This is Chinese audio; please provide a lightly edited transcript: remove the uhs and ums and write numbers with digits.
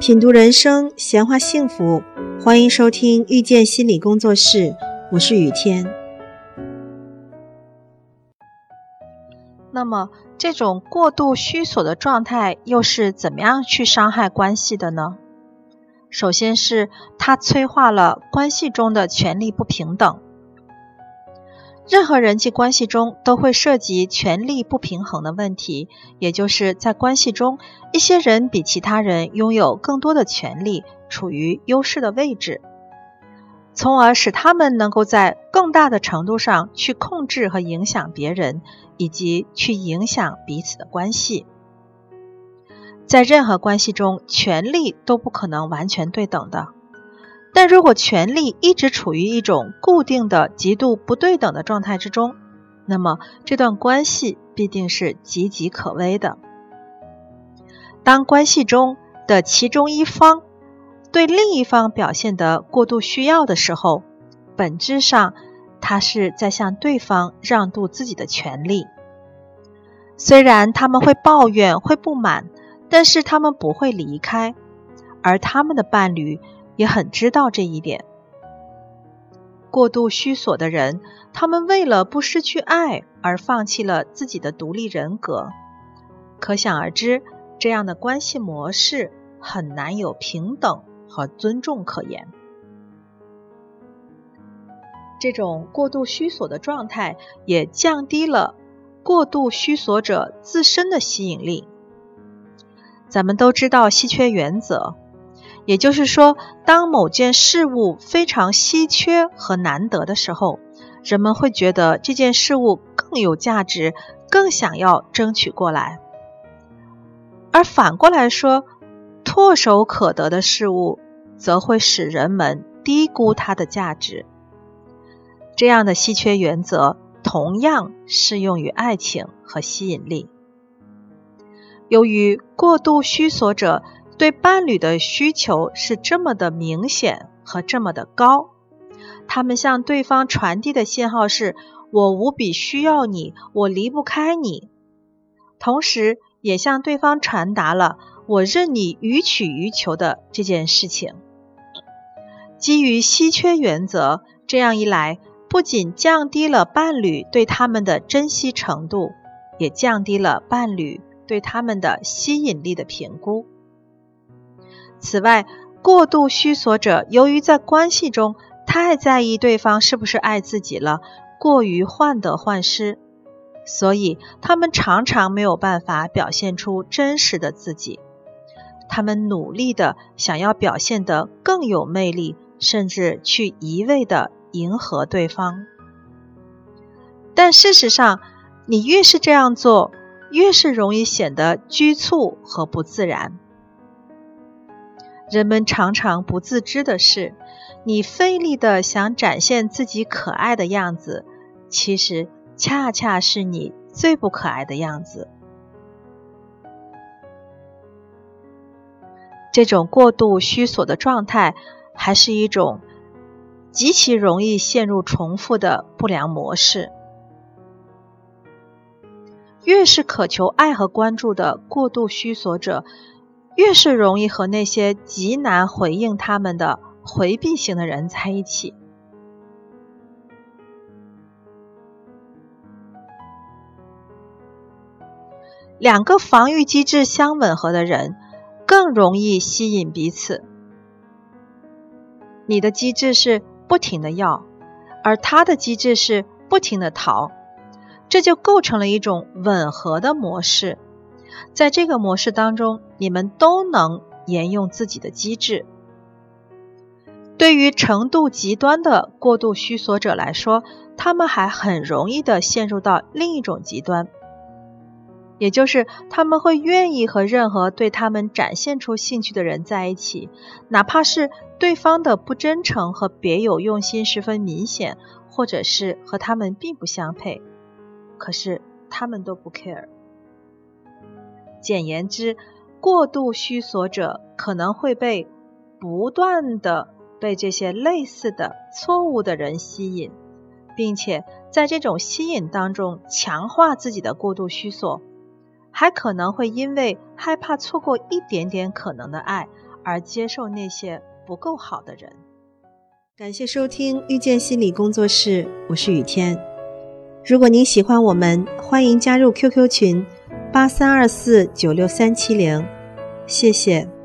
品读人生，闲话幸福，欢迎收听遇见心理工作室，我是雨天。 那么这种过度虚索的状态又是怎么样去伤害关系的呢？首先是它催化了关系中的权力不平等。任何人际关系中都会涉及权力不平衡的问题，也就是在关系中，一些人比其他人拥有更多的权利，处于优势的位置，从而使他们能够在更大的程度上去控制和影响别人，以及去影响彼此的关系。在任何关系中，权力都不可能完全对等的。但如果权力一直处于一种固定的极度不对等的状态之中，那么这段关系必定是岌岌可危的。当关系中的其中一方对另一方表现得过度需要的时候，本质上他是在向对方让渡自己的权利。虽然他们会抱怨，会不满，但是他们不会离开，而他们的伴侣也很知道这一点。过度虚索的人，他们为了不失去爱而放弃了自己的独立人格，可想而知，这样的关系模式很难有平等和尊重可言。这种过度虚索的状态也降低了过度虚索者自身的吸引力。咱们都知道稀缺原则，也就是说，当某件事物非常稀缺和难得的时候，人们会觉得这件事物更有价值，更想要争取过来。而反过来说，唾手可得的事物则会使人们低估它的价值。这样的稀缺原则同样适用于爱情和吸引力。由于过度虚索者对伴侣的需求是这么的明显和这么的高，他们向对方传递的信号是我无比需要你，我离不开你，同时也向对方传达了我任你予取予求的这件事情。基于稀缺原则，这样一来，不仅降低了伴侣对他们的珍惜程度，也降低了伴侣对他们的吸引力的评估。此外，过度虚索者由于在关系中太在意对方是不是爱自己了，过于患得患失，所以他们常常没有办法表现出真实的自己。他们努力地想要表现得更有魅力，甚至去一味地迎合对方。但事实上，你越是这样做，越是容易显得拘促和不自然。人们常常不自知的是，你费力地想展现自己可爱的样子，其实恰恰是你最不可爱的样子。这种过度虚索的状态，还是一种极其容易陷入重复的不良模式。越是渴求爱和关注的过度虚索者，越是容易和那些极难回应他们的回避型的人在一起。两个防御机制相吻合的人更容易吸引彼此。你的机制是不停地要，而他的机制是不停地逃，这就构成了一种吻合的模式。在这个模式当中，你们都能沿用自己的机制。对于程度极端的过度虚索者来说，他们还很容易地陷入到另一种极端，也就是他们会愿意和任何对他们展现出兴趣的人在一起，哪怕是对方的不真诚和别有用心十分明显，或者是和他们并不相配，可是他们都不 care。简言之，过度虚索者可能会不断地被这些类似的错误的人吸引，并且在这种吸引当中强化自己的过度虚索，还可能会因为害怕错过一点点可能的爱而接受那些不够好的人。 感谢收听遇见心理工作室，我是雨天。如果您喜欢我们，欢迎加入 QQ 群8324963770，谢谢。